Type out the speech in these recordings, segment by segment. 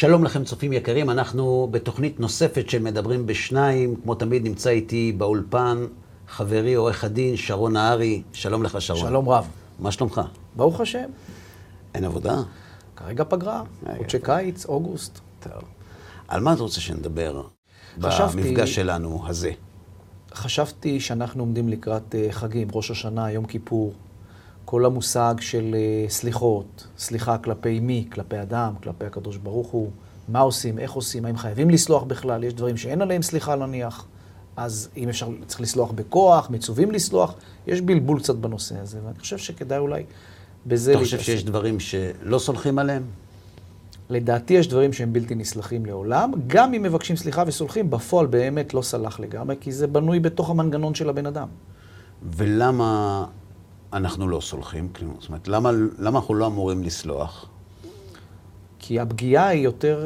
שלום לכם צופים יקרים, אנחנו בתוכנית נוספת של מדברים בשניים, כמו תמיד נמצא איתי באולפן חברי עורך הדין שרון נהרי. שלום לך שרון. שלום רב. מה שלומך? ברוך השם. אין עבודה? כרגע פגרה, חודשי קיץ, אוגוסט. טוב. על מה אתה רוצה שנדבר במפגש שלנו הזה? חשבתי שאנחנו עומדים לקראת חגים, ראש השנה, יום כיפור, כל המושג של סליחות, סליחה כלפי מי, כלפי אדם, כלפי הקדוש ברוך הוא, מה עושים, איך עושים, האם חייבים לסלוח בכלל, יש דברים שאין עליהם סליחה נניח, אז אם אפשר, צריך לסלוח בכוח, מצווים לסלוח, יש בלבול קצת בנושא הזה, ואני חושב שכדאי אולי בזה אתה חושב שיש דברים שלא סולחים עליהם? לדעתי יש דברים שהם בלתי נסלחים לעולם, גם אם מבקשים סליחה וסולחים, בפועל באמת לא סלח לגמרי, כי זה בנוי בתוך המנגנון של הבן אדם. ולמה אנחנו לא סולחים? זאת אומרת, למה אנחנו לא אמורים לסלוח? כי הפגיעה היא יותר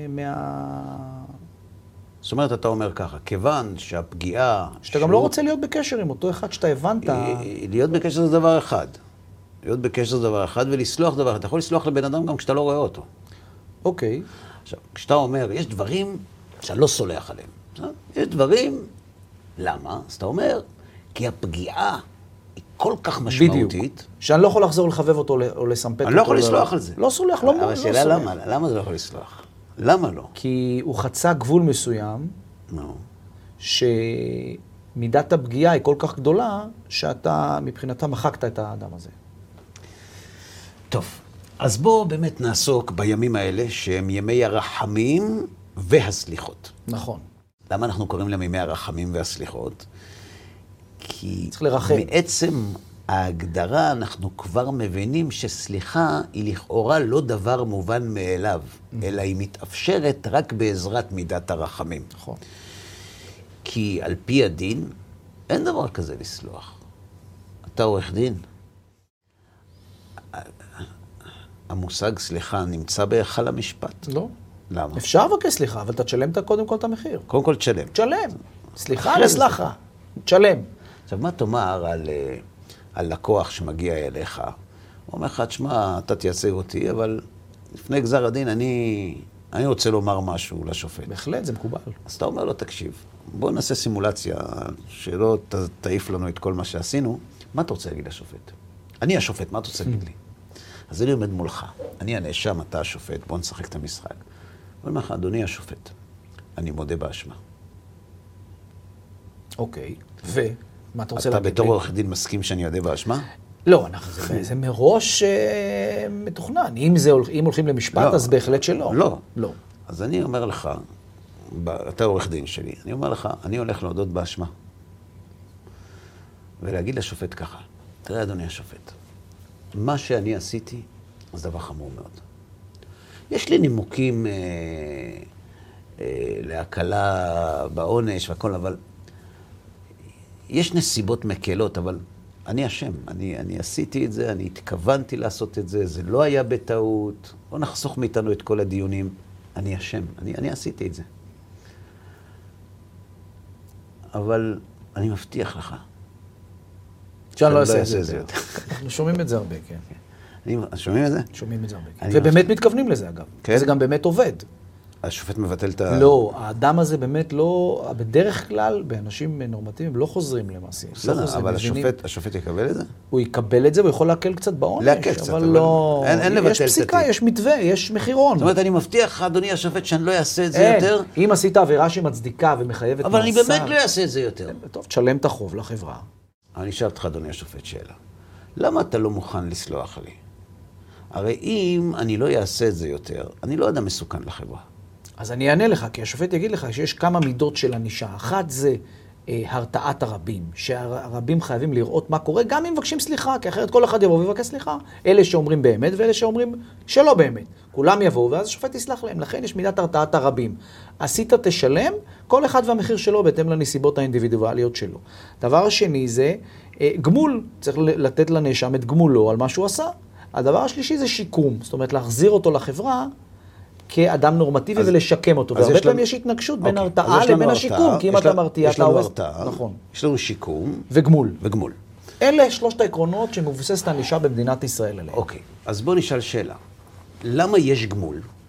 זאת אומרת, אתה אומר ככה, כיוון שהפגיעה... שאתה גם לא רוצה להיות בקשר עם אותו אחד שאתה הבנת... להיות בקשר זה דבר אחד. להיות בקשר זה דבר אחד ולסלוח דבר אחד. אתה יכול לסלוח לבן אדם גם כשאתה לא רואה אותו. אוקיי. עכשיו, כשאתה אומר, יש דברים שאני לא סולח עליהם. יש דברים, למה? אז אתה אומר, כי הפגיעה היא כל כך משמעותית. בדיוק. שאני לא יכול לחזור לחבב אותו או לסמפת אותו. אני לא יכול לסלוח על זה. לא סולח, לא סולח. אבל השאלה למה? למה זה לא יכול לסלוח? למה לא? כי הוא חצה גבול מסוים, שמידת הפגיעה היא כל כך גדולה, שאתה מבחינתה מחקת את האדם הזה. טוב, אז בואו באמת נעסוק בימים האלה שהם ימי הרחמים והסליחות. נכון. למה אנחנו קוראים להם ימי הרחמים והסליחות? כי צריך לרחם. מעצם ההגדרה אנחנו כבר מבינים שסליחה היא לכאורה לא דבר מובן מאליו, אלא היא מתאפשרת רק בעזרת מידת הרחמים. נכון. כי על פי הדין אין דבר כזה לסלוח. אתה עורך דין. המושג סליחה נמצא בהיכל המשפט. לא. למה? אפשר לבקש סליחה, אבל אתה תשלם קודם כל את המחיר. קודם כל תשלם. תשלם. סליחה, נסלחה. תשלם. עכשיו, מה תאמר על לקוח שמגיע אליך? הוא אומר לך, תשמע, אתה תייצג אותי, אבל לפני גזר הדין אני רוצה לומר משהו לשופט. בהחלט, זה מקובל. אז אתה אומר לו, תקשיב, בוא נעשה סימולציה, שלא תעיף לנו את כל מה שעשינו. מה אתה רוצה להגיד לשופט? אני השופט, מה אתה רוצה להגיד לי? אז אני עומד מולך, אני הנאשם, אתה השופט, בוא נשחק את המשחק. הוא אומר לך, אדוני השופט, אני מודה באשמה. אוקיי, ומה אתה רוצה להגיד לי? אתה בתור עורך דין מסכים שאני יודע באשמה? לא, זה מראש מתוכנן. אם הולכים למשפט, אז בהחלט שלא. לא. אז אני אומר לך, אתה עורך דין שלי, אני אומר לך, אני הולך להודות באשמה. ולהגיד לשופט ככה, תראה אדוני השופט, מה שאני עשיתי, זה דבר חמור מאוד. יש לי נימוקים להקלה בעונש והכל, אבל יש נסיבות מקלות, אבל אני אשם. אני עשיתי את זה, אני התכוונתי לעשות את זה, זה לא היה בטעות. בוא נחסוך מאיתנו את כל הדיונים. אני אשם, אני עשיתי את זה. אבל אני מבטיח לך. שאני לא אעשה את זה יותר. אנחנו שומעים את זה הרבה, כן. שומעים את זה? שומעים את זה הרבה, כן. ובאמת מתכוונים לזה, אגב. זה גם באמת עובד. השופט מבטל את לא, האדם הזה באמת לא, בדרך כלל, באנשים נורמטיביים, לא חוזרים למעשה. בסדר, אבל השופט יקבל את זה? הוא יקבל את זה, הוא יכול להקל קצת בעונש. להקל קצת, אבל לא... אין לבטל את יש פסיקה, יש מתווה, יש מחירון. זאת אומרת, אני מבטיח לך, אדוני השופט, שאני לא אעשה את זה יותר. אם עשית עבירה שמצדיקה ומחייבת מאסר... אבל אני באמת לא אעשה את זה יותר. טוב, תשלם את החוב לחברה. אני אשאל אותך, אדוני השופט, שאלה. למה אתה לא מוכן לסלוח לי? הרי אם אני לא אעשה את זה יותר, אני לא אדם מסוכן לחברה. אז אני אענה לך, כי השופט יגיד לך שיש כמה מידות של ענישה. אחת זה הרתעת הרבים, שהרבים חייבים לראות מה קורה, גם אם מבקשים סליחה, כי אחרת כל אחד יבוא ויבקש סליחה. אלה שאומרים באמת ואלה שאומרים שלא באמת. כולם יבואו ואז השופט יסלח להם. לכן יש מידת הרתעת הרבים. עשית תשלם, כל אחד והמחיר שלו בהתאם לנסיבות האינדיבידואליות שלו. דבר השני זה גמול. צריך לתת לנאשם את גמולו על מה שהוא עשה. הדבר השלישי זה שיקום. זאת אומרת, להחזיר אותו לחברה כאדם נורמטיבי ולשקם אותו. והרבה פעמים יש התנגשות בין הרתעה לבין השיקום, כי אם אתה מרתיע, אתה הורס... נכון. יש לנו שיקום. וגמול. וגמול. אלה שלושת העקרונות שמבוססת הענישה במדינת ישראל עליהם. אוקיי, אז בוא נשאל שאלה. למה יש גמול?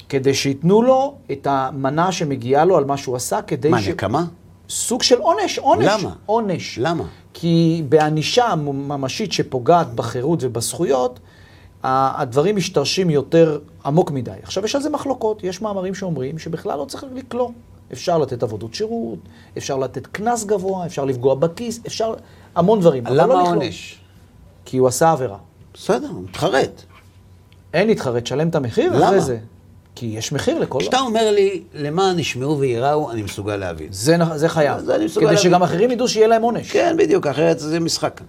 כדי שיתנו לו את המנה שמגיעה לו על מה שהוא עשה, כדי מה, נקמה? סוג של עונש, עונש. למה? עונש. למה? כי בענישה ממשית שפוגעת בחירות ובזכויות, הדברים משתרשים יותר עמוק מדי. עכשיו, יש על זה מחלוקות. יש מאמרים שאומרים שבכלל לא צריך לקלום. אפשר לתת עבודות שירות, אפשר לתת קנס גבוה, אפשר לפגוע בכיס, אפשר המון דברים. למה עונש? כי הוא עשה עבירה. בסדר, הוא מתחרט. אין להתחרט, שלם את המחיר למה? אחרי זה. כי יש מחיר לכל... כשאתה אומר לי, למען נשמעו ויראו, אני מסוגל להבין. זה חייב. זה אני מסוגל כדי להבין. שגם אחרים ידעו שיהיה להם עונש. כן, בדיוק, אחרת זה משחק.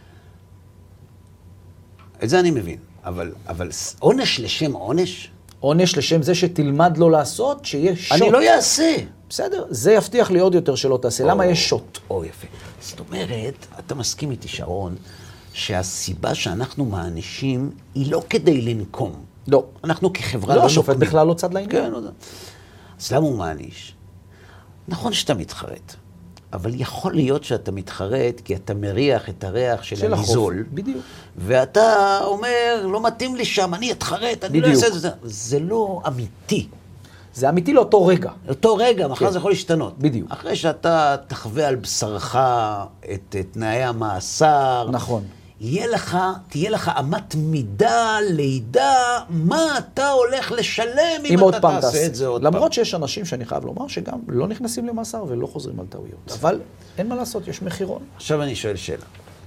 את זה אני מבין. אבל עונש לשם עונש? עונש לשם זה שתלמד לא לעשות, שיש שוט. אני לא אעשה. בסדר, זה יבטיח לי עוד יותר שלא תעשה. למה יש שוט? יפה. זאת אומרת, אתה מסכים איתי, שרון, שהסיבה שאנחנו מענישים היא לא כדי לנקום. לא. אנחנו כחברה לא, לא השופט נוקמים. בכלל לא צד לעניין. כן, לא יודע. אז למה הוא מעניש? נכון שאתה מתחרט, אבל יכול להיות שאתה מתחרט כי אתה מריח את הריח של הניזול. בדיוק. ואתה אומר, לא מתאים לי שם, אני אתחרט, אני לא בדיוק. אעשה את זה. זה לא אמיתי. זה אמיתי לאותו רגע. אותו רגע, מחר כן. זה יכול להשתנות. בדיוק. אחרי שאתה תחווה על בשרך את תנאי המאסר, נכון. תהיה לך אמת מידה, לידע, מה אתה הולך לשלם אם עוד אתה פעם תעשה את זה עוד פעם. למרות שיש אנשים שאני חייב לומר שגם לא נכנסים למאסר ולא חוזרים על טעויות. אבל אין מה לעשות, יש מחירון. עכשיו אני שואל שאלה.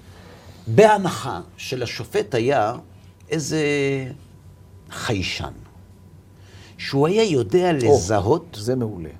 בהנחה שלשופט היה איזה חיישן, שהוא היה יודע לזהות, זה מעולה.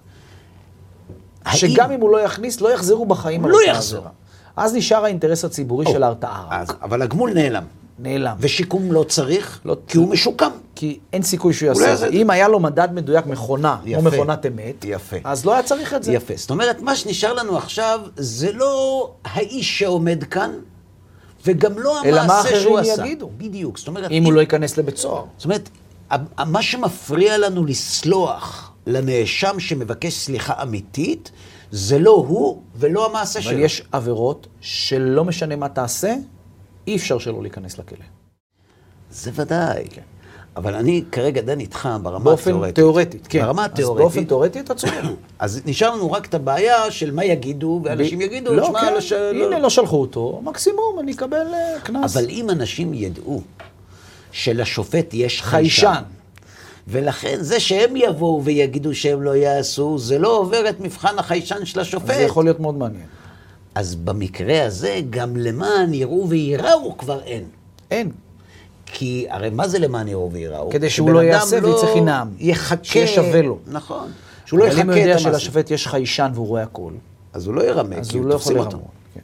האם- שגם אם הוא לא יכניס, לא יחזרו בחיים על לא אותה יחזור. עבירה. אז נשאר האינטרס הציבורי של ההרתעה. אבל הגמול נעלם. נעלם. ושיקום לא צריך, לא כי הוא משוקם. כי אין סיכוי שהוא לא יעשה את יעשה זה. את זה. אם היה לו מדד מדויק מכונה, או יפה. מכונת אמת, יפה. אז לא היה צריך את זה. יפה. זאת אומרת, מה שנשאר לנו עכשיו, זה לא האיש שעומד כאן, וגם לא אלא מה המעשה שהוא אחרים עשה. יגידו. בדיוק. זאת אומרת, אם הוא לא ייכנס לבית סוהר. זאת אומרת, מה שמפריע לנו לסלוח לנאשם שמבקש סליחה אמיתית, זה לא הוא ולא המעשה שלו. אבל יש עבירות שלא משנה מה תעשה, אי אפשר שלא להיכנס לכלא. זה ודאי. כן. אבל אני כרגע דן איתך ברמה באופן התיאורטית. תיאורטית, כן. ברמה אז התיאורטית. באופן תיאורטי אתה צודק. אז נשאר לנו רק את הבעיה של מה יגידו, ואנשים יגידו, לא, תשמע, כן. הנה, לא שלחו אותו, מקסימום, אני אקבל קנס. אבל אם אנשים ידעו שלשופט יש חיישן. חיישן, ולכן זה שהם יבואו ויגידו שהם לא יעשו, זה לא עובר את מבחן החיישן של השופט. זה יכול להיות מאוד מעניין. אז במקרה הזה, גם למען יראו ויראו כבר אין. אין. כי הרי מה זה למען יראו ויראו? כדי שהוא לא יעשה ויצא חינם. יחכה. שיהיה שווה לו. נכון. שהוא לא אבל אם יחכה הוא את יודע המעשה. שלשופט יש חיישן והוא רואה הכל, אז הוא לא ירמה, אז כי הוא לא יכול תופסים אותו. לרמות. כן.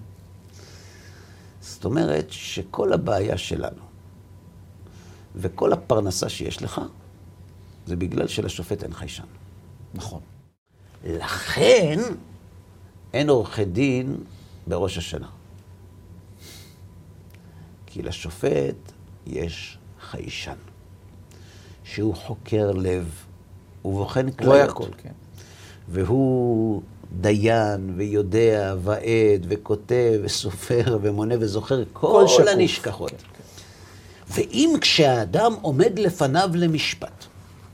זאת אומרת שכל הבעיה שלנו, וכל הפרנסה שיש לך, זה בגלל שלשופט אין חיישן. נכון. לכן אין עורכי דין בראש השנה. כי לשופט יש חיישן, שהוא חוקר לב, הוא בוחן הוא רואה כליות, הכל, כן. והוא דיין ויודע ועד וכותב וסופר ומונה וזוכר כל שקוף. הנשכחות. כן, כן. ואם כשהאדם עומד לפניו למשפט,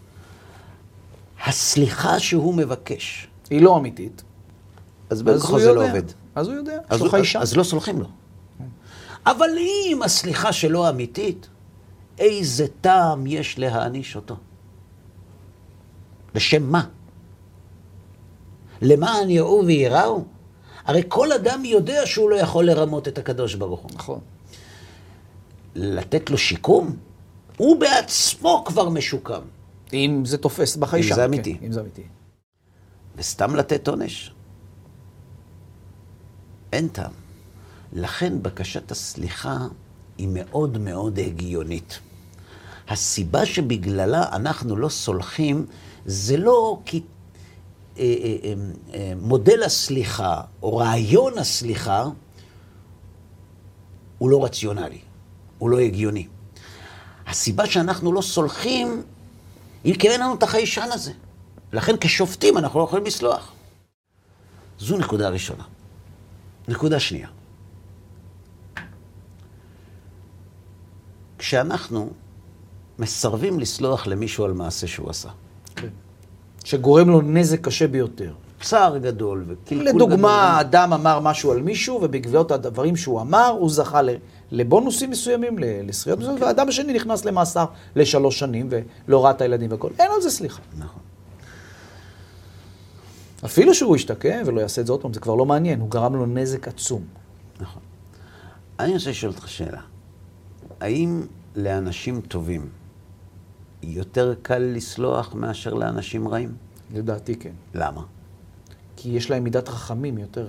הסליחה שהוא מבקש, היא לא אמיתית. אז בין אז ככה הוא זה לא יודע. עובד. אז הוא יודע, יש אז, לו חיישן. אז לא סולחים לו. אבל אם הסליחה שלו אמיתית, איזה טעם יש להעניש אותו? לשם מה? למען יראו ויראו? הרי כל אדם יודע שהוא לא יכול לרמות את הקדוש ברוך הוא. נכון. לתת לו שיקום? הוא בעצמו כבר משוקם. אם זה תופס בחיישן. אם זה אמיתי. כן, אם זה אמיתי. וסתם לתת עונש? אין טעם. לכן בקשת הסליחה היא מאוד מאוד הגיונית. הסיבה שבגללה אנחנו לא סולחים, זה לא כי מודל הסליחה או רעיון הסליחה הוא לא רציונלי, הוא לא הגיוני. הסיבה שאנחנו לא סולחים היא כי אין לנו את החיישן הזה. לכן כשופטים אנחנו לא יכולים לסלוח. זו נקודה ראשונה. נקודה שנייה. כשאנחנו מסרבים לסלוח למישהו על מעשה שהוא עשה, שגורם לו נזק קשה ביותר. צער גדול וקלקול גדול. לדוגמה, אדם אמר משהו על מישהו, ובגביעות הדברים שהוא אמר, הוא זכה לבונוסים מסוימים, לזכויות מסוימות, והאדם השני נכנס למאסר ל3 שנים, ולא ראה את הילדים וכל. אין על זה סליחה. נכון. אפילו שהוא ישתקם ולא יעשה את זה עוד פעם, זה כבר לא מעניין, הוא גרם לו נזק עצום. נכון. אני רוצה לשאול אותך שאלה. האם לאנשים טובים יותר קל לסלוח מאשר לאנשים רעים? לדעתי כן. למה? כי יש להם מידת רחמים יותר...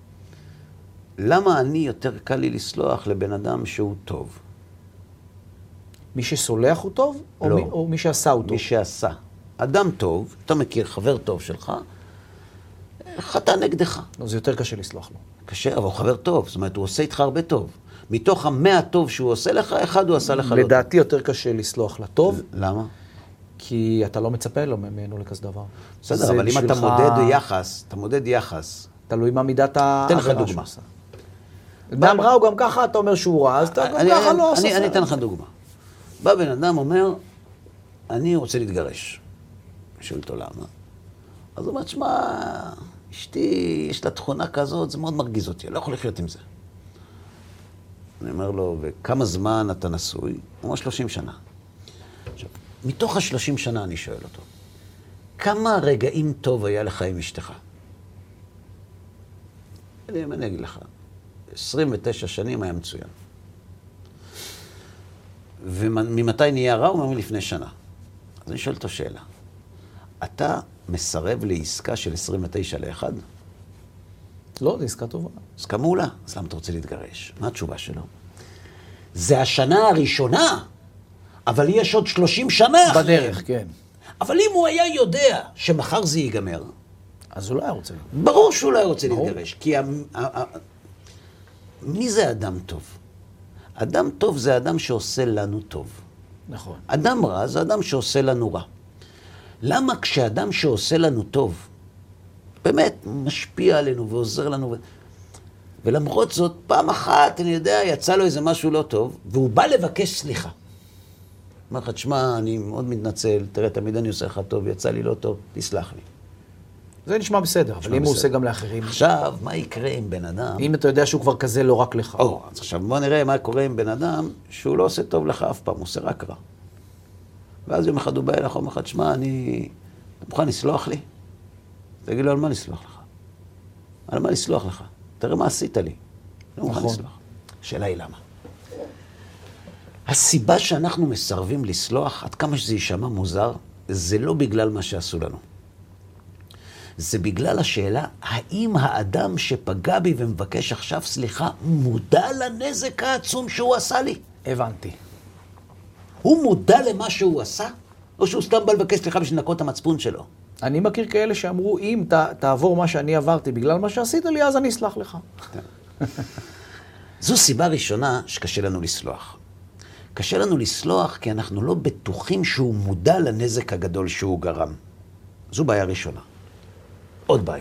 למה אני יותר קל לי לסלוח לבן אדם שהוא טוב? מי שסולח הוא טוב? לא. או מי שעשה הוא טוב? מי שעשה. אדם טוב, אתה מכיר חבר טוב שלך, חטא נגדך. לא, זה יותר קשה לסלוח לו. קשה, אבל הוא חבר טוב. זאת אומרת, הוא עושה איתך הרבה טוב. מתוך 100 טוב שהוא עושה לך, אחד הוא עשה לך לא טוב. לדעתי יותר קשה לסלוח לטוב. למה? כי אתה לא מצפה לו ממנו לכזה דבר. בסדר, אבל אם אתה מודד יחס, תלוי מה מידת העבירה שהוא עשה. תן לך דוגמה. אדם רע הוא גם ככה, אתה אומר שהוא רע, אז אתה גם ככה לא עושה. אני אתן לך דוגמה. בא בן אדם אומר, אני רוצה להתגרש. שואל אותו למה? אז הוא אומר, תשמע, אשתי, יש לה תכונה כזאת, זה מאוד מרגיז אותי, אני לא יכול לחיות עם זה. אני אומר לו, וכמה זמן אתה נשוי? הוא אומר, 30 שנה. עכשיו, מתוך ה-30 שנה אני שואל אותו, כמה רגעים טוב היה לך עם אשתך? אני אגיד לך, 29 שנים היה מצוין. וממתי נהיה רע? הוא אומר לפני שנה. אז אני שואל אותו שאלה. אתה מסרב לעסקה של 29 ל-1? לא, זו עסקה טובה. עסקה מעולה. אז למה אתה רוצה להתגרש? מה התשובה שלו? זה השנה הראשונה, אבל יש עוד 30 שנה אחרי. בדרך, כן. אבל אם הוא היה יודע שמחר זה ייגמר, אז הוא לא היה רוצה. ברור שהוא לא היה רוצה להתגרש. כי מי זה אדם טוב? אדם טוב זה אדם שעושה לנו טוב. נכון. אדם רע זה אדם שעושה לנו רע. למה כשאדם שעושה לנו טוב, באמת משפיע עלינו ועוזר לנו, ולמרות זאת, פעם אחת, אני יודע, יצא לו איזה משהו לא טוב, והוא בא לבקש סליחה. אומר לך, תשמע, אני מאוד מתנצל, תראה, תמיד אני עושה לך טוב, יצא לי לא טוב, תסלח לי. זה נשמע בסדר, אבל אם הוא עושה גם לאחרים... עכשיו, מה יקרה עם בן אדם? אם אתה יודע שהוא כבר כזה לא רק לך. אז עכשיו בוא נראה מה קורה עם בן אדם שהוא לא עושה טוב לך אף פעם, הוא עושה רק רע. ואז יום אחד הוא בא אליך, אומר לך, תשמע, אתה מוכן לסלוח לי? תגיד לו, על מה לסלוח לך? על מה לסלוח לך? תראה מה עשית לי. לא מוכן לסלוח. השאלה היא למה. הסיבה שאנחנו מסרבים לסלוח, עד כמה שזה יישמע מוזר, זה לא בגלל מה שעשו לנו. זה בגלל השאלה, האם האדם שפגע בי ומבקש עכשיו סליחה, מודע לנזק העצום שהוא עשה לי? הבנתי. הוא מודע למה שהוא עשה? או שהוא סתם בא לבקש סליחה בשביל לנקות את המצפון שלו? אני מכיר כאלה שאמרו, אם תעבור מה שאני עברתי בגלל מה שעשית לי, אז אני אסלח לך. זו סיבה ראשונה שקשה לנו לסלוח. קשה לנו לסלוח כי אנחנו לא בטוחים שהוא מודע לנזק הגדול שהוא גרם. זו בעיה ראשונה. עוד בעיה.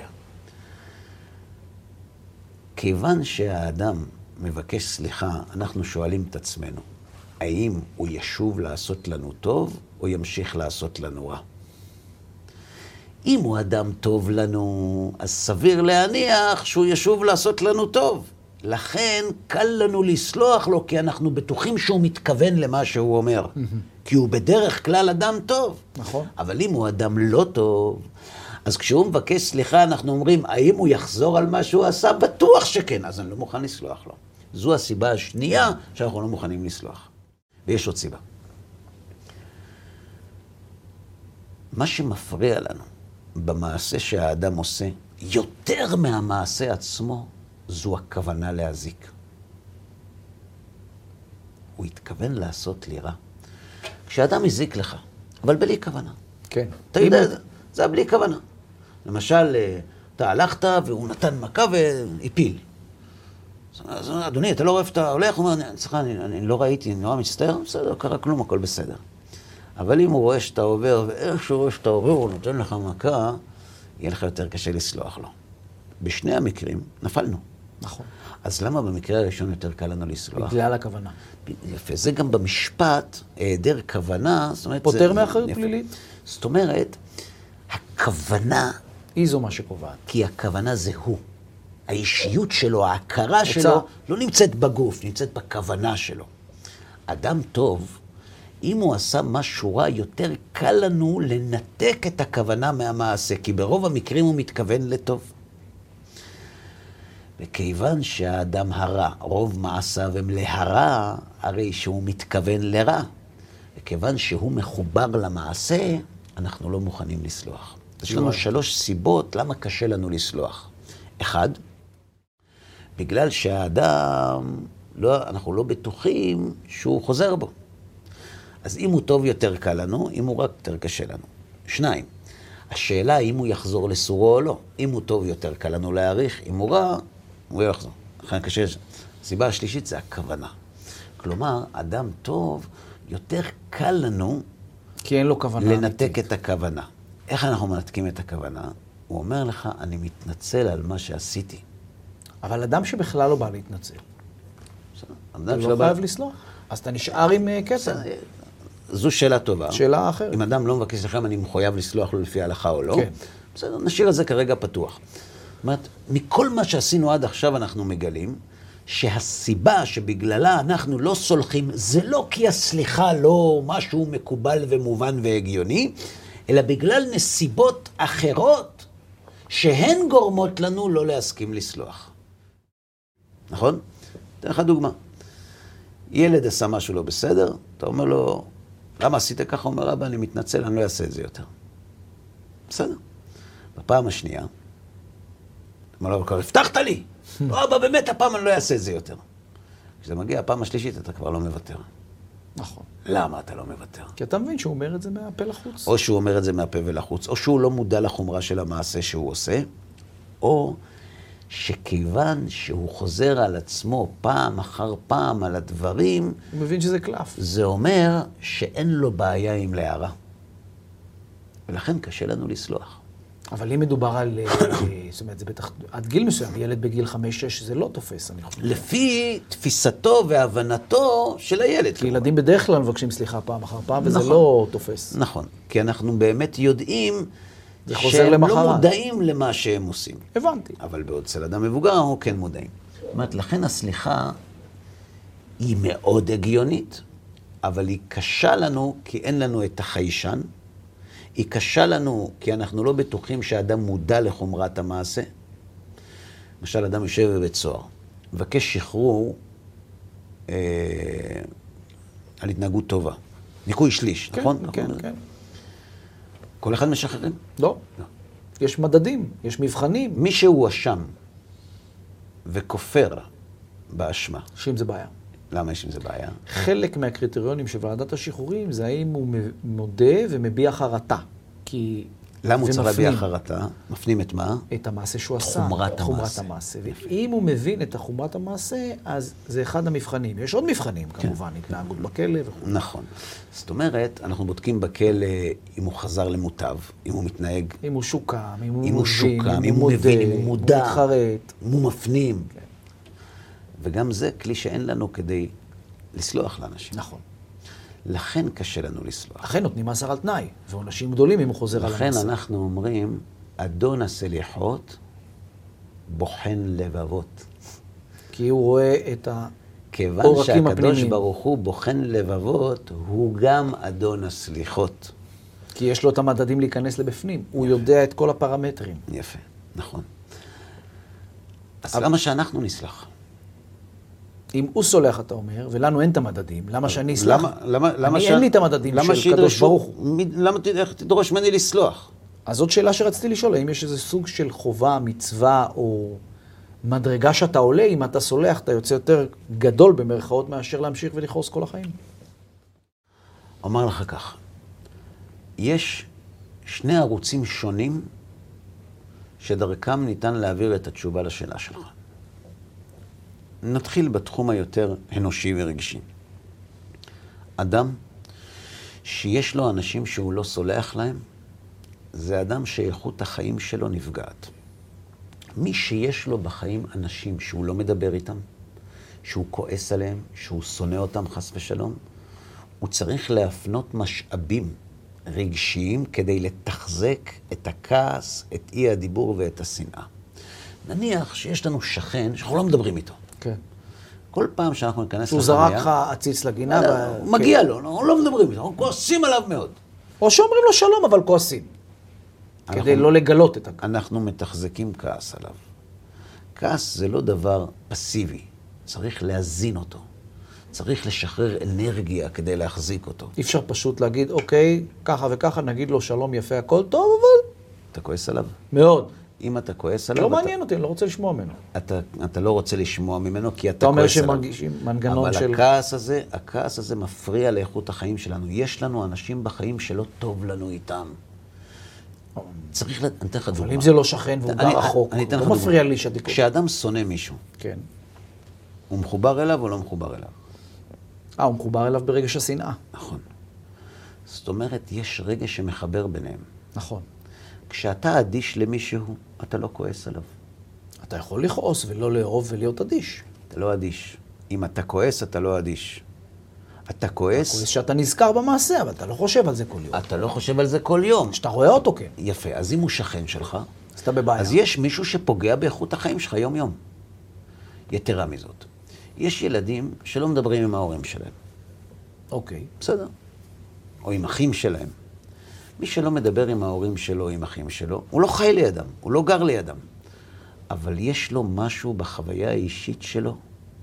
כיוון שהאדם מבקש סליחה, אנחנו שואלים את עצמנו, האם הוא ישוב לעשות לנו טוב, או ימשיך לעשות לנו רע? אם הוא אדם טוב לנו, אז סביר להניח שהוא ישוב לעשות לנו טוב. לכן קל לנו לסלוח לו, כי אנחנו בטוחים שהוא מתכוון למה שהוא אומר. כי הוא בדרך כלל אדם טוב. נכון. אבל אם הוא אדם לא טוב, אז כשהוא מבקש סליחה, אנחנו אומרים, האם הוא יחזור על מה שהוא עשה? בטוח שכן, אז אני לא מוכן לסלוח לו. זו הסיבה השנייה שאנחנו לא מוכנים לסלוח. ויש עוד סיבה. מה שמפריע לנו במעשה שהאדם עושה, יותר מהמעשה עצמו, זו הכוונה להזיק. הוא התכוון לעשות לי רע. כשאדם הזיק לך, אבל בלי כוונה. כן. אתה יודע, זה היה בלי כוונה. למשל, אתה הלכת והוא נתן מכה והפיל. אז אדוני, אתה לא אוהב את ההולך? הוא אומר, סליחה, אני לא ראיתי, אני נורא מצטער, בסדר, קרה כלום, הכל בסדר. אבל אם הוא רואה שאתה עובר, ואיך שהוא רואה שאתה עובר, הוא נותן לך מכה, יהיה לך יותר קשה לסלוח לו. בשני המקרים נפלנו. נכון. אז למה במקרה הראשון יותר קל לנו לסלוח? בגלל הכוונה. יפה, זה גם במשפט, היעדר כוונה, זאת אומרת... פותר מאחריות פלילית? זאת אומרת, הכוונה, היא זו מה שקובעת. כי הכוונה זה הוא. האישיות שלו, ההכרה שלו, לא נמצאת בגוף, נמצאת בכוונה שלו. אדם טוב, אם הוא עשה משהו רע, יותר קל לנו לנתק את הכוונה מהמעשה, כי ברוב המקרים הוא מתכוון לטוב. וכיוון שהאדם הרע, רוב מעשיו הם להרע, הרי שהוא מתכוון לרע. וכיוון שהוא מחובר למעשה, אנחנו לא מוכנים לסלוח. יש לנו 3 סיבות למה קשה לנו לסלוח. 1, בגלל שהאדם, אנחנו לא בטוחים שהוא חוזר בו. אז אם הוא טוב יותר קל לנו, אם הוא רק יותר קשה לנו. 2, השאלה אם הוא יחזור לסורו או לא. אם הוא טוב יותר קל לנו להעריך, אם הוא רע, הוא לא יחזור. לכן קשה. הסיבה השלישית זה הכוונה. כלומר, אדם טוב יותר קל לנו כי אין לו כוונה לנתק אמיתית. את הכוונה. איך אנחנו מנתקים את הכוונה? הוא אומר לך, אני מתנצל על מה שעשיתי. אבל אדם שבכלל לא בא להתנצל, אדם אתה שלא לא בא- חייב לסלוח. אז אתה נשאר עם כתם. זו שאלה טובה. שאלה אחרת. אם אדם לא מבקש לכם, אני מחויב לסלוח לו לפי ההלכה או לא. כן. בסדר, נשאיר את זה כרגע פתוח. זאת אומרת, מכל מה שעשינו עד עכשיו אנחנו מגלים שהסיבה שבגללה אנחנו לא סולחים, זה לא כי הסליחה לא משהו מקובל ומובן והגיוני, אלא בגלל נסיבות אחרות שהן גורמות לנו לא להסכים לסלוח. נכון? אתן לך דוגמה. ילד עשה משהו לא בסדר, אתה אומר לו, למה עשית ככה? אומר, אבא, אני מתנצל, אני לא אעשה את זה יותר. בסדר. בפעם השנייה, אומר לו, כבר הבטחת לי. לא, אבא, באמת, הפעם אני לא אעשה את זה יותר. כשזה מגיע הפעם השלישית, אתה כבר לא מוותר. נכון. למה אתה לא מוותר? כי אתה מבין שהוא אומר את זה מהפה לחוץ. או שהוא אומר את זה מהפה ולחוץ, או שהוא לא מודע לחומרה של המעשה שהוא עושה, או שכיוון שהוא חוזר על עצמו פעם אחר פעם על הדברים, הוא מבין שזה קלף. זה אומר שאין לו בעיה עם להערה. ולכן קשה לנו לסלוח. אבל אם מדובר על, זאת אומרת, זה בטח, עד גיל מסוים, ילד בגיל 5-6, זה לא תופס, אני חושב. לפי תפיסתו והבנתו של הילד. כי ילדים בדרך כלל מבקשים סליחה פעם אחר פעם, וזה נכון. לא תופס. נכון, כי אנחנו באמת יודעים זה חוזר שהם למחרת. לא מודעים למה שהם עושים. הבנתי. אבל בעוד אצל אדם מבוגר אנחנו כן מודעים. זאת אומרת, לכן הסליחה היא מאוד הגיונית, אבל היא קשה לנו כי אין לנו את החיישן, היא קשה לנו כי אנחנו לא בטוחים שהאדם מודע לחומרת המעשה. למשל, אדם יושב בבית סוהר, מבקש שחרור על התנהגות טובה. ניקוי שליש, כן, נכון? כן, נכון? כן. כל אחד משחררים? לא. לא. יש מדדים, יש מבחנים. מי שהוא אשם וכופר באשמה, שאם זה בעיה. למה יש עם זה בעיה? חלק מהקריטריונים של ועדת השחרורים זה האם הוא מודה ומביע חרטה. כי... למה הוא צריך להביע ומפנים חרטה? מפנים את מה? את המעשה שהוא עשה. חומרת חומרת המעשה. המעשה. ואם הוא מבין את חומרת המעשה, אז זה אחד המבחנים. יש עוד מבחנים, כן. כמובן, התנהגות בכלא וכו'. נכון. זאת אומרת, אנחנו בודקים בכלא אם הוא חזר למוטב, אם הוא מתנהג, אם הוא שוקם, אם הוא אם הוא מבין, שוקם, אם הוא מבין, מודה, אם הוא מודע, הוא מתחרט. אם הוא מפנים. כן. וגם זה כלי שאין לנו כדי לסלוח לאנשים. נכון. לכן קשה לנו לסלוח. לכן נותנים מאסר על תנאי, ועונשים גדולים אם הוא חוזר על לכן המאסר. אנחנו אומרים, אדון הסליחות בוחן לבבות. כי הוא רואה את כיוון העורקים שהקדוש הפנימיים. ברוך הוא בוחן לבבות, הוא גם אדון הסליחות. כי יש לו את המדדים להיכנס לבפנים. הוא יודע את כל הפרמטרים. יפה, נכון. אז למה שאנחנו נסלח? אם הוא סולח, אתה אומר, ולנו אין את המדדים, למה שאני אסלח? למה אין לי את המדדים של קדוש ברוך הוא. למה תדרוש ממני לסלוח? אז זאת שאלה שרציתי לשאול, האם יש איזה סוג של חובה, מצווה, או מדרגה שאתה עולה, אם אתה סולח, אתה יוצא יותר גדול במרכאות מאשר להמשיך ולכעוס כל החיים? אומר לך כך, יש 2 ערוצים שונים שדרכם ניתן להעביר את התשובה לשאלה שלך. נתחיל בתחום היותר אנושי ורגשי. אדם שיש לו אנשים שהוא לא סולח להם, זה אדם שאיכות החיים שלו נפגעת. מי שיש לו בחיים אנשים שהוא לא מדבר איתם, שהוא כועס עליהם, שהוא שונא אותם חס ושלום, הוא צריך להפנות משאבים רגשיים כדי לתחזק את הכעס, את אי הדיבור ואת השנאה. נניח שיש לנו שכן שאנחנו לא מדברים איתו. כן. כל פעם שאנחנו ניכנס שהוא זרק לך עציץ לגינה. מגיע לו, אנחנו לא מדברים איתו, אנחנו כועסים עליו מאוד. או שאומרים לו שלום, אבל כועסים. כדי לא לגלות את הכעס. אנחנו מתחזקים כעס עליו. כעס זה לא דבר פסיבי, צריך להזין אותו. צריך לשחרר אנרגיה כדי להחזיק אותו. אי אפשר פשוט להגיד, אוקיי, ככה וככה, נגיד לו שלום יפה, הכל טוב, אבל... אתה כועס עליו? מאוד. אם אתה כועס עליו... לא מעניין אותי, אני לא רוצה לשמוע ממנו. אתה לא רוצה לשמוע ממנו, כי אתה כועס עליו. אתה אומר שמרגישים מנגנון של... אבל הכעס הזה מפריע לאיכות החיים שלנו. יש לנו אנשים בחיים שלא טוב לנו איתם. צריך אני אתן לך דוגמה. אבל אם זה לא שכן והוא גר רחוק, לא מפריע לי שאתה... כשאדם שונא מישהו, כן. הוא מחובר אליו או לא מחובר אליו? הוא מחובר אליו ברגש השנאה. נכון. זאת אומרת, יש רגש שמחבר ביניהם. נכון. כשאתה אדיש למישהו, אתה לא כועס עליו. אתה יכול לכעוס ולא לאהוב ולהיות אדיש. אתה לא אדיש. אם אתה כועס, אתה לא אדיש. אתה כועס... אתה כועס שאתה נזכר במעשה, אבל אתה לא חושב על זה כל יום. אתה לא חושב על זה כל יום. שאתה רואה אותו, כן. יפה. אז אם הוא שכן שלך, אז אתה בבעיה. אז יש מישהו שפוגע באיכות החיים שלך יום-יום. יתרה מזאת. יש ילדים שלא מדברים עם ההורים שלהם. אוקיי. בסדר. או עם אחים שלהם. מי שלא מדבר עם ההורים שלו, עם אחים שלו, הוא לא חי לידם, הוא לא גר לידם. אבל יש לו משהו בחוויה האישית שלו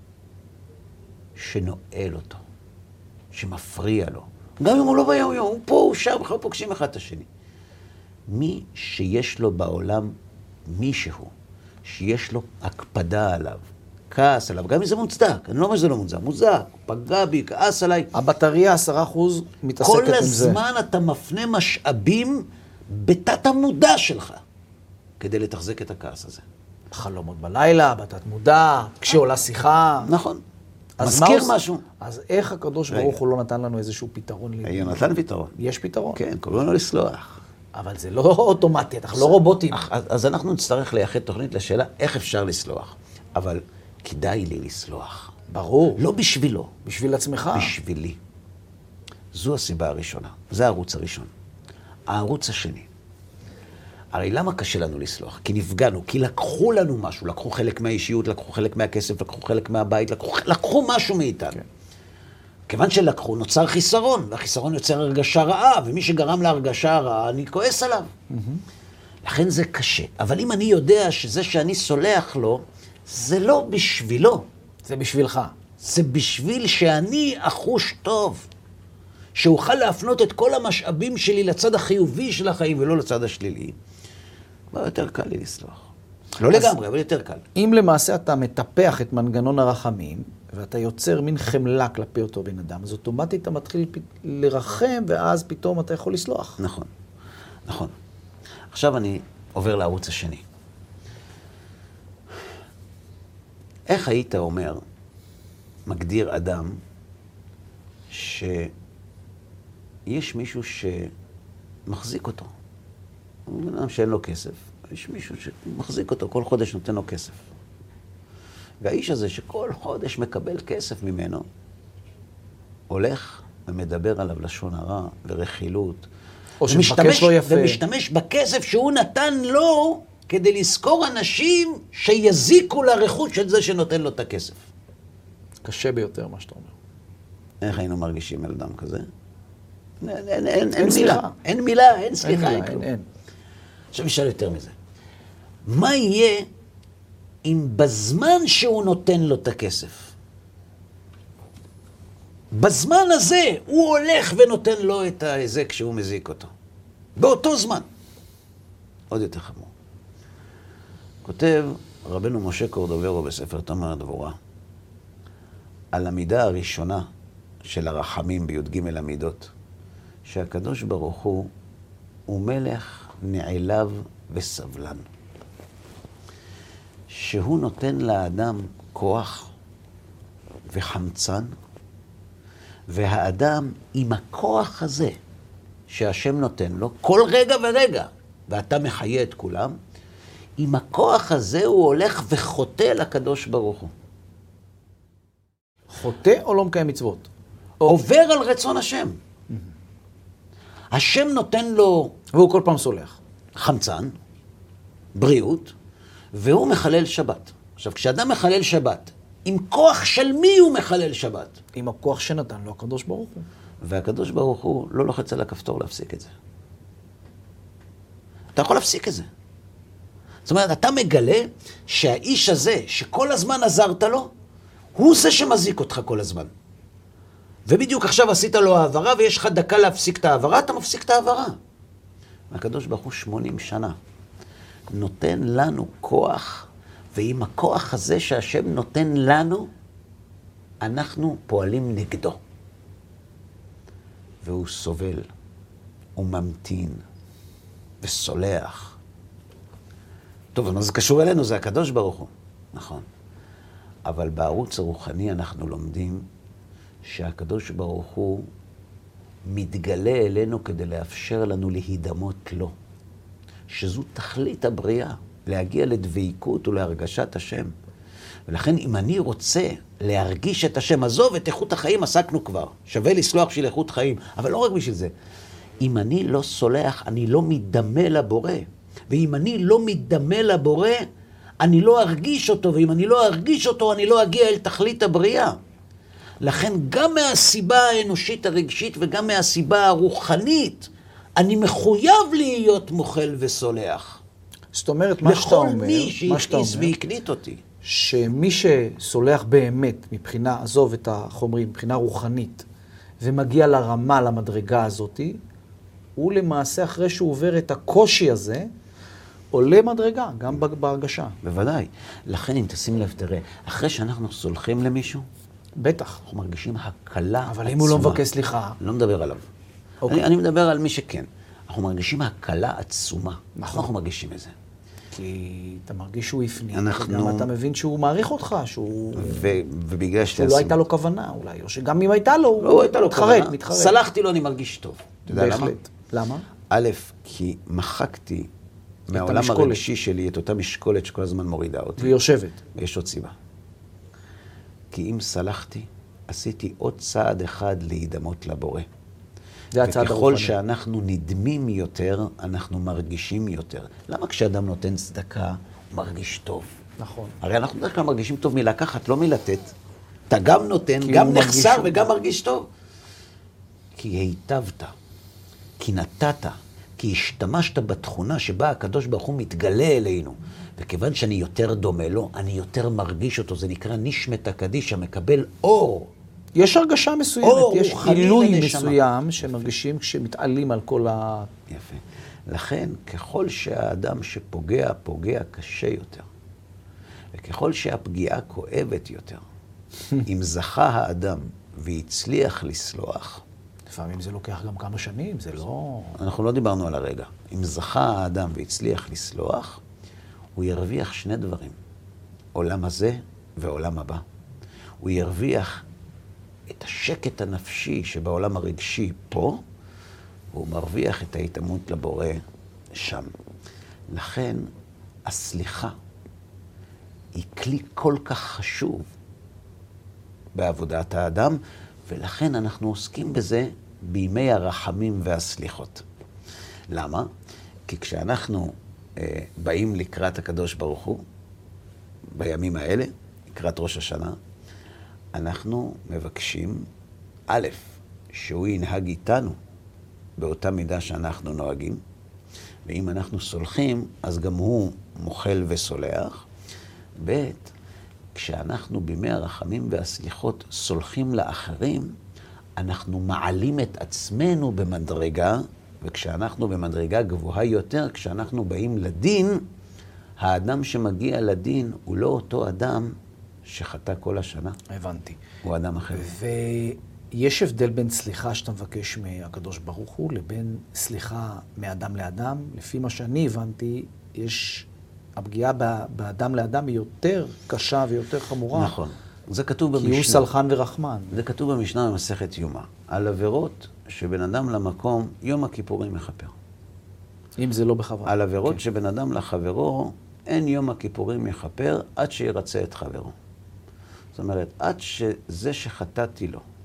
שנועל אותו, שמפריע לו. גם אם הוא לא ביום-יום, הוא פה, הוא שם, בכלל פוגשים אחד את השני. מי שיש לו בעולם מישהו, שיש לו הקפדה עליו, כעס עליו, גם אם זה מוצדק, אני לא אומר שזה לא מוצדק, מוצדק, פגע בי, כעס עליי. הבטריה 10% מתעסקת עם זה. כל הזמן אתה מפנה משאבים בתת המודע שלך, כדי לתחזק את הכעס הזה. חלומות בלילה, בתת מודע, כשעולה שיחה. נכון. אז מזכיר משהו. אז איך הקדוש ברוך הוא לא נתן לנו איזשהו פתרון? הוא נתן פתרון. יש פתרון? כן, קוראים לו לסלוח. אבל זה לא אוטומטי, אנחנו לא רובוטים. אז אנחנו נצטרך לייחד תוכנית לשאלה איך אפשר לסלוח. אבל כדאי לי לסלוח. ברור. לא בשבילו. בשביל עצמך. בשבילי. זו הסיבה הראשונה. זה הערוץ הראשון. הערוץ השני. הרי למה קשה לנו לסלוח? כי נפגענו, כי לקחו לנו משהו. לקחו חלק מהאישיות, לקחו חלק מהכסף, לקחו חלק מהבית, לקחו משהו מאיתנו. כן. כיוון שלקחו, נוצר חיסרון, והחיסרון יוצר הרגשה רעה, ומי שגרם להרגשה הרעה, אני כועס עליו. לכן זה קשה. אבל אם אני יודע שזה שאני סולח לו, זה לא בשבילו. זה בשבילך. זה בשביל שאני אחוש טוב. שאוכל להפנות את כל המשאבים שלי לצד החיובי של החיים, ולא לצד השלילי. יותר קל לי לסלוח. לא לגמרי, אבל יותר קל. אם למעשה אתה מטפח את מנגנון הרחמים, ואתה יוצר מין חמלה כלפי אותו בן אדם, אז אוטומטית אתה מתחיל לרחם, ואז פתאום אתה יכול לסלוח. נכון, נכון. עכשיו אני עובר לערוץ השני. איך היית אומר, מגדיר אדם, שיש מישהו שמחזיק אותו? הוא בן אדם שאין לו כסף. יש מישהו שמחזיק אותו, כל חודש נותן לו כסף. והאיש הזה שכל חודש מקבל כסף ממנו, הולך ומדבר עליו לשון הרע ורכילות. או שמשתמש לו יפה. ומשתמש בכסף שהוא נתן לו כדי לזכור אנשים שיזיקו לרכוש של זה שנותן לו את הכסף. קשה ביותר מה שאתה אומר. איך היינו מרגישים על אדם כזה? אין מילה. אין מילה, אין סליחה, אין כלום. עכשיו נשאל יותר מזה. מה יהיה אם בזמן שהוא נותן לו את הכסף, בזמן הזה הוא הולך ונותן לו את ההיזק שהוא מזיק אותו? באותו זמן. עוד יותר חמור. כותב רבנו משה קורדוברו בספר תומר הדבורה, על המידה הראשונה של הרחמים בי"ג המידות, שהקדוש ברוך הוא מלך נעלב וסבלן. שהוא נותן לאדם כוח וחמצן, והאדם עם הכוח הזה שהשם נותן לו, כל רגע ורגע, ואתה מחיה את כולם, עם הכוח הזה הוא הולך וחוטא לקדוש ברוך הוא. חוטא או לא מקיים מצוות? עובר על רצון השם. השם נותן לו והוא כל פעם סולח. חמצן, בריאות, והוא מחלל שבת. עכשיו, כשאדם מחלל שבת, עם כוח של מי הוא מחלל שבת? עם הכוח שנתן לו הקדוש ברוך הוא. והקדוש ברוך הוא לא לוחץ על הכפתור להפסיק את זה. אתה יכול להפסיק את זה. זאת אומרת, אתה מגלה שהאיש הזה, שכל הזמן עזרת לו, הוא זה שמזיק אותך כל הזמן. ובדיוק עכשיו עשית לו העברה, ויש לך דקה להפסיק את העברה, אתה מפסיק את העברה. הקדוש ברוך הוא 80 שנה נותן לנו כוח, ועם הכוח הזה שהשם נותן לנו, אנחנו פועלים נגדו. והוא סובל, הוא ממתין, וסולח. טוב, אז זה קשור אלינו, זה הקדוש ברוך הוא. נכון. אבל בערוץ הרוחני אנחנו לומדים שהקדוש ברוך הוא מתגלה אלינו כדי לאפשר לנו להידמות לו. שזו תכלית הבריאה, להגיע לדביקות ולהרגשת השם. ולכן אם אני רוצה להרגיש את השם, עזוב את איכות החיים, עסקנו כבר. שווה לסלוח של איכות חיים, אבל לא רק בשביל זה. אם אני לא סולח, אני לא מתדמה לבורא. ואם אני לא מתדמה לבורא, אני לא ארגיש אותו, ואם אני לא ארגיש אותו, אני לא אגיע אל תכלית הבריאה. לכן גם מהסיבה האנושית הרגשית וגם מהסיבה הרוחנית, אני מחויב להיות מוחל וסולח. זאת אומרת, מה שאתה אומר, לכל מי שהכניס והקנית אותי. שמי שסולח באמת מבחינה, עזוב את החומרים, מבחינה רוחנית, ומגיע לרמה, למדרגה הזאת, הוא למעשה אחרי שהוא עובר את הקושי הזה, עולה מדרגה, גם בהרגשה. בוודאי. לכן אם תשים לב, תראה, אחרי שאנחנו סולחים למישהו, בטח. אנחנו מרגישים הקלה עצומה. אבל אם הוא לא מבקש סליחה... לא מדבר עליו. אוקיי. אני מדבר על מי שכן. אנחנו מרגישים הקלה עצומה. נכון. אנחנו מרגישים את זה. כי אתה מרגיש שהוא הפנים, אנחנו... וגם אתה מבין שהוא מעריך אותך, שהוא... ובגלל שהוא לא הייתה לו כוונה אולי, או שגם אם הייתה לו, לא הייתה לו כוונה. מתחרט. סלחתי לו, אני מרגיש טוב. אתה יודע למה? בהחלט. למה? א', כי מחקתי מהעולם הרגשי שלי את אותה משקולת שכל הזמן מורידה אותי. והיא יושבת. ויש עוד סיבה. כי אם סלחתי, עשיתי עוד צעד אחד להידמות לבורא. זה הצעד וככל הרוחני. שאנחנו נדמים יותר, אנחנו מרגישים יותר. למה כשאדם נותן צדקה, הוא מרגיש טוב? נכון. הרי אנחנו בדרך כלל מרגישים טוב מלקחת, לא מלתת. אתה גם נותן, כי גם הוא נחסר מרגיש- וגם מרגיש טוב. כי היטבת, כי נתת, כי השתמשת בתכונה שבה הקדוש ברוך הוא מתגלה אלינו. וכיוון שאני יותר דומה לו, אני יותר מרגיש אותו. זה נקרא נשמת הקדישה, מקבל אור. יש הרגשה מסוימת, אור יש רוחני עילוי לנשמה. מסוים שמרגישים כשמתעלים על כל ה... יפה. לכן, ככל שהאדם שפוגע, פוגע קשה יותר. וככל שהפגיעה כואבת יותר, אם זכה האדם והצליח לסלוח, לפעמים זה לוקח גם כמה שנים, זה לא... אנחנו לא דיברנו על הרגע. אם זכה האדם והצליח לסלוח, הוא ירוויח שני דברים. עולם הזה ועולם הבא. הוא ירוויח את השקט הנפשי שבעולם הרגשי פה, והוא מרוויח את ההתאמות לבורא שם. לכן, הסליחה היא כלי כל כך חשוב בעבודת האדם, ולכן אנחנו עוסקים בזה בימי הרחמים והסליחות. למה? כי כשאנחנו באים לקראת הקדוש ברוך הוא, בימים האלה, לקראת ראש השנה, אנחנו מבקשים, א', שהוא ינהג איתנו באותה מידה שאנחנו נוהגים, ואם אנחנו סולחים, אז גם הוא מוחל וסולח. ב', כשאנחנו בימי הרחמים והסליחות סולחים לאחרים, אנחנו מעלים את עצמנו במדרגה, וכשאנחנו במדרגה גבוהה יותר, כשאנחנו באים לדין, האדם שמגיע לדין הוא לא אותו אדם שחטא כל השנה. הבנתי. הוא אדם אחר. ויש הבדל בין סליחה שאתה מבקש מהקדוש ברוך הוא, לבין סליחה מאדם לאדם. לפי מה שאני הבנתי, יש... הפגיעה באדם לאדם היא יותר קשה ויותר חמורה. נכון. זה כתוב במשנה. כי הוא סלחן ורחמן. זה כתוב במשנה במסכת יומא. על עבירות שבין אדם למקום, יום הכיפורים מכפר. אם זה לא בכוונה. על עבירות שבין אדם לחברו, אין יום הכיפורים יכפר עד שירצה את חברו. זאת אומרת, עד שזה שחטאתי לו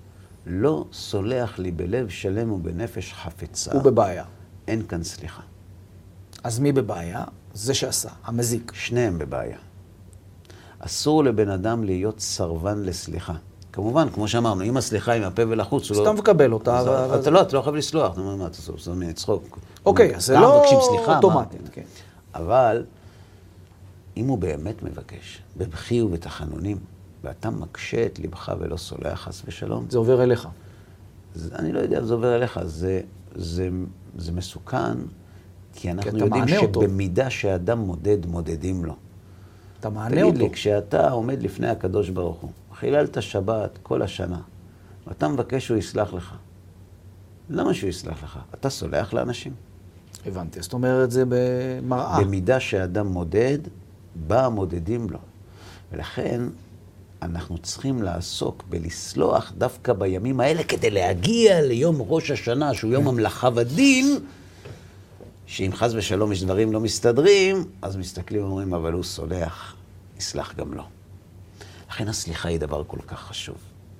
לא סולח לי בלב שלם ובנפש חפצה, הוא בבעיה. אין כאן סליחה. אז מי בבעיה? זה שעשה, המזיק. שניהם בבעיה. אסור לבן אדם להיות סרבן לסליחה. כמובן, כמו שאמרנו, אם הסליחה עם הפה ולחוץ, הוא לא... סתם מקבל אותה. אתה לא חייב לסלוח. אתה אומר, מה, אתה עושה מיני צחוק. אוקיי, אז זה לא אוטומטית, כן. אבל אם הוא באמת מבקש, בבכי ובתחנונים, ואתה מקשה את לבך ולא סולח, חס ושלום, זה עובר אליך. אני לא יודע, זה עובר אליך. זה מסוכן, כי אנחנו אתה יודעים מענה אותו. שבמידה שאדם מודד, מודדים לו. אתה מענה אותו. תגיד לי, כשאתה עומד לפני הקדוש ברוך הוא, חיללת שבת כל השנה, ואתה מבקש שהוא יסלח לך. למה שהוא יסלח לך? אתה סולח לאנשים. הבנתי, זאת אומרת, זה במראה. במידה שאדם מודד, בה מודדים לו. ולכן אנחנו צריכים לעסוק בלסלוח דווקא בימים האלה, כדי להגיע ליום ראש השנה, שהוא יום המלאכה ודין, שאם חס ושלום יש דברים לא מסתדרים, אז מסתכלים ואומרים, אבל הוא סולח, יסלח גם לו. לכן הסליחה היא דבר כל כך חשוב.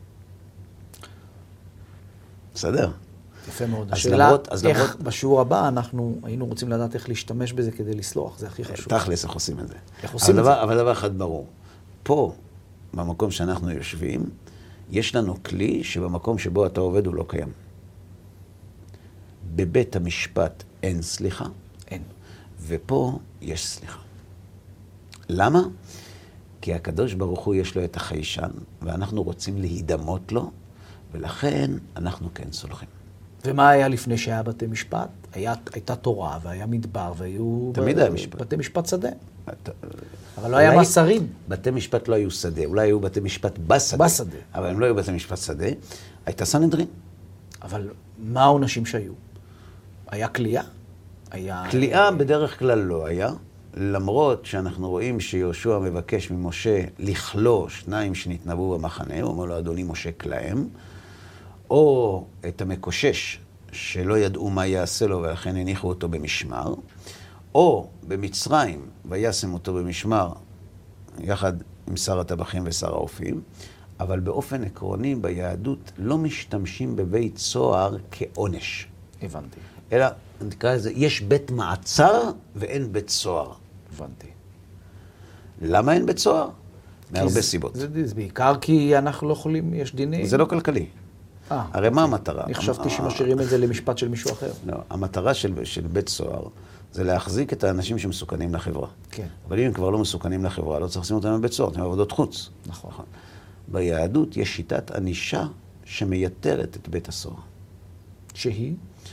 בסדר? יפה מאוד. אז השאלה, למרות- איך בשיעור הבא אנחנו היינו רוצים לדעת איך להשתמש בזה כדי לסלוח, זה הכי חשוב. תכלס, איך עושים את זה? איך עושים את זה? אבל דבר אחד ברור. פה, במקום שאנחנו יושבים, יש לנו כלי שבמקום שבו אתה עובד הוא לא קיים. בבית המשפט אין סליחה, אין. ופה יש סליחה. למה? כי הקדוש ברוך הוא יש לו את החיישן, ואנחנו רוצים להידמות לו, ולכן אנחנו כן סולחים. ומה היה לפני שהיה בתי משפט? הייתה תורה והיה מדבר והיו... תמיד היה משפט. בתי משפט שדה. אתה- אבל לא היה אולי מאסרים. בתי משפט לא היו שדה, אולי היו בתי משפט בשדה. בשדה. אבל הם לא היו בתי משפט שדה. הייתה סנהדרין. אבל מה העונשים שהיו? היה כליאה? היה... כליאה בדרך כלל לא היה, למרות שאנחנו רואים שיהושע מבקש ממשה לכלוא שניים שנתנבאו במחנה, הוא אומר לו, אדוני משה כלאם, או את המקושש שלא ידעו מה יעשה לו ולכן הניחו אותו במשמר, או במצרים וישם אותו במשמר יחד עם שר הטבחים ושר האופים, אבל באופן עקרוני ביהדות לא משתמשים בבית סוהר כעונש. הבנתי. אלא, נקרא לזה, יש בית מעצר ואין בית סוהר. הבנתי. למה אין בית סוהר? מהרבה סיבות. זה בעיקר כי אנחנו לא יכולים, יש דיני... זה לא כלכלי. הרי מה המטרה? אני חשבתי שמשאירים את זה למשפט של מישהו אחר. לא, המטרה של בית סוהר זה להחזיק את האנשים שמסוכנים לחברה. כן. אבל אם הם כבר לא מסוכנים לחברה, לא צריך לשים אותם בבית סוהר, הם עבודות חוץ. נכון. ביהדות יש שיטת ענישה שמייתרת את בית הסוהר. שהיא?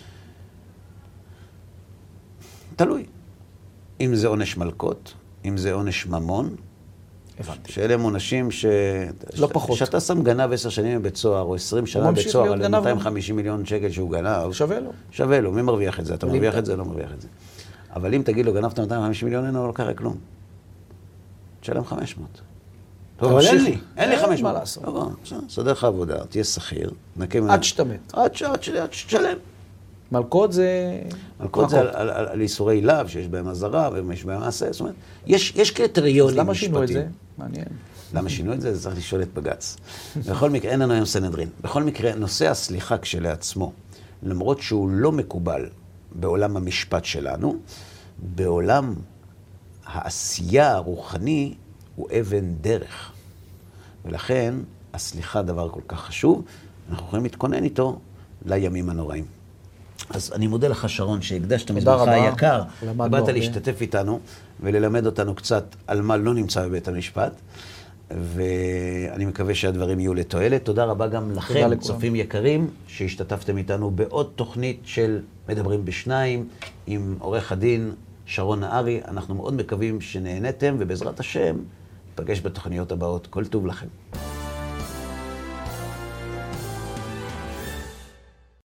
תלוי. אם זה עונש מלכות, אם זה עונש ממון, הבנתי. שאלה הם עונשים לא פחות. שאתה שם גנב 10 שנים בבית סוהר, או 20 שנה בבית סוהר, על 250 מיליון שקל שהוא גנב. שווה לו. שווה לו. מי מרוויח את זה? אתה מרוויח את זה? לא מרוויח את זה. אבל אם תגיד לו, גנבת 250 מיליון, אין לו לא קרה כלום. תשלם 500. טוב, אבל אין לי 500. מה לעשות? סדר לך עבודה, תהיה שכיר. עד שאתה מת. עד שתשלם. מלכות זה... מלכות זה על איסורי לאו, שיש בהם אזהרה ויש בהם מעשה. זאת אומרת, יש קריטריונים משפטיים. למה שינו את זה? מעניין. למה שינו את זה? זה צריך לשאול את בג"ץ. בכל מקרה, אין לנו היום סנהדרין. בכל מקרה, נושא הסליחה כשלעצמו, למרות שהוא לא מקובל בעולם המשפט שלנו, בעולם העשייה הרוחני הוא אבן דרך. ולכן, הסליחה דבר כל כך חשוב, אנחנו יכולים להתכונן איתו לימים הנוראים. אז אני מודה לך, שרון, שהקדשת מזמנך היקר, ובאת להשתתף איתנו וללמד אותנו קצת על מה לא נמצא בבית המשפט, ואני מקווה שהדברים יהיו לתועלת. תודה רבה גם לכם, צופים יקרים, שהשתתפתם איתנו בעוד תוכנית של מדברים בשניים, עם עורך הדין שרון נהרי. אנחנו מאוד מקווים שנהנתם, ובעזרת השם, נפגש בתוכניות הבאות. כל טוב לכם.